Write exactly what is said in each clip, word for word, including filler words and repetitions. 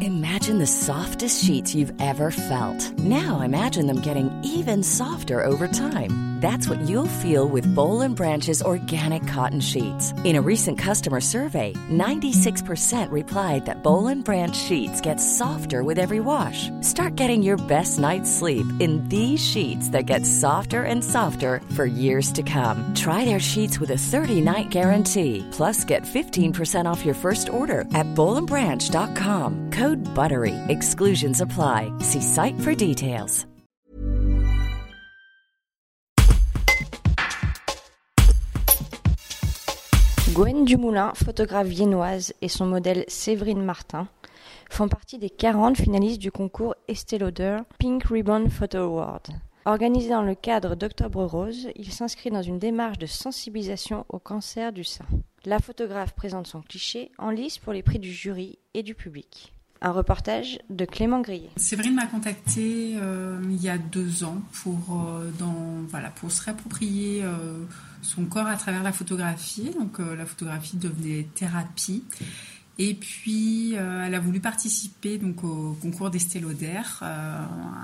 Imagine the softest sheets you've ever felt. Now imagine them getting even softer over time. That's what you'll feel with Boll and Branch's organic cotton sheets. In a recent customer survey, ninety-six percent replied that Boll and Branch sheets get softer with every wash. Start getting your best night's sleep in these sheets that get softer and softer for years to come. Try their sheets with a thirty-night guarantee. Plus, get fifteen percent off your first order at boll and branch dot com. Code BUTTERY. Exclusions apply. See site for details. Gwen Dumoulin, photographe viennoise, et son modèle Séverine Martin font partie des quarante finalistes du concours Estée Lauder Pink Ribbon Photo Award. Organisé dans le cadre d'Octobre Rose, il s'inscrit dans une démarche de sensibilisation au cancer du sein. La photographe présente son cliché en lice pour les prix du jury et du public. Un reportage de Clément Grillet. Séverine m'a contactée euh, il y a deux ans pour, euh, dans, voilà, pour se réapproprier euh, son corps à travers la photographie. Donc euh, la photographie devenait thérapie. Et puis euh, elle a voulu participer donc, au concours d'Estée Lauder euh,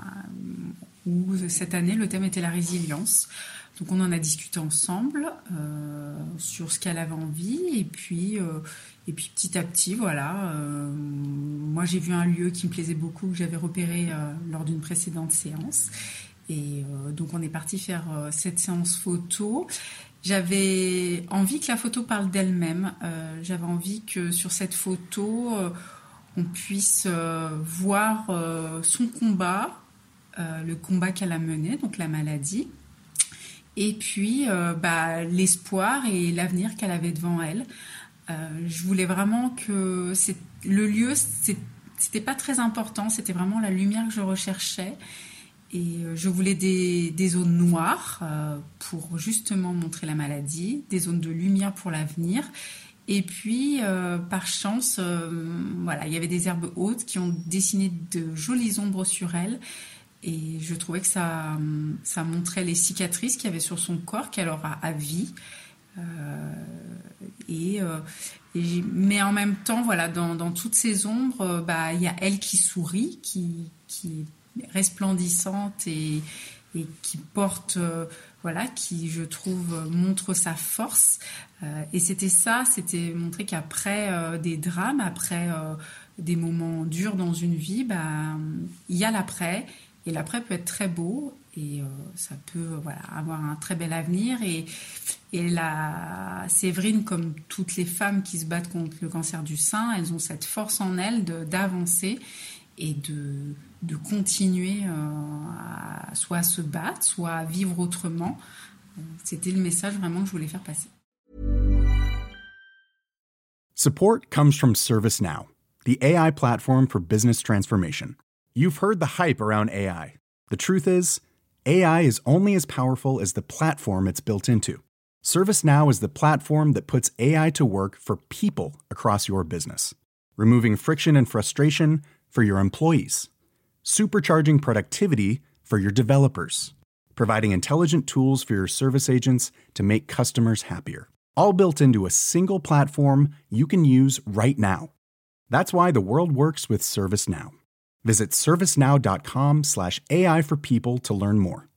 où cette année le thème était la résilience. Donc on en a discuté ensemble euh, sur ce qu'elle avait envie et puis euh, et puis petit à petit voilà. Euh, moi j'ai vu un lieu qui me plaisait beaucoup que j'avais repéré euh, lors d'une précédente séance et euh, donc on est parti faire euh, cette séance photo. J'avais envie que la photo parle d'elle-même. Euh, j'avais envie que sur cette photo euh, on puisse euh, voir euh, son combat, euh, le combat qu'elle a mené, donc la maladie. Et puis, euh, bah, l'espoir et l'avenir qu'elle avait devant elle. Euh, je voulais vraiment que c'est, le lieu, c'est, c'était pas très important. C'était vraiment la lumière que je recherchais. Et euh, je voulais des, des zones noires euh, pour justement montrer la maladie, des zones de lumière pour l'avenir. Et puis, euh, par chance, euh, voilà, il y avait des herbes hautes qui ont dessiné de jolies ombres sur elle. Et je trouvais que ça, ça montrait les cicatrices qu'il y avait sur son corps, qu'elle aura à vie. Euh, et, euh, et, mais en même temps, voilà, dans, dans toutes ces ombres, bah, il y a elle qui sourit, qui, qui est resplendissante et, et qui porte, euh, voilà, qui, je trouve, montre sa force. Euh, et c'était ça, c'était montrer qu'après euh, des drames, après euh, des moments durs dans une vie, bah, il y a l'après. Et l'après peut être très beau et euh, ça peut euh, voilà, avoir un très bel avenir. Et, et la Séverine, comme toutes les femmes qui se battent contre le cancer du sein, elles ont cette force en elles de, d'avancer et de, de continuer euh, à, soit à se battre, soit à vivre autrement. C'était le message vraiment que je voulais faire passer. Support comes from ServiceNow, the A I platform for business transformation. You've heard the hype around A I. The truth is, A I is only as powerful as the platform it's built into. ServiceNow is the platform that puts A I to work for people across your business, removing friction and frustration for your employees, supercharging productivity for your developers, providing intelligent tools for your service agents to make customers happier, all built into a single platform you can use right now. That's why the world works with ServiceNow. Visit servicenow.com slash AI for people to learn more.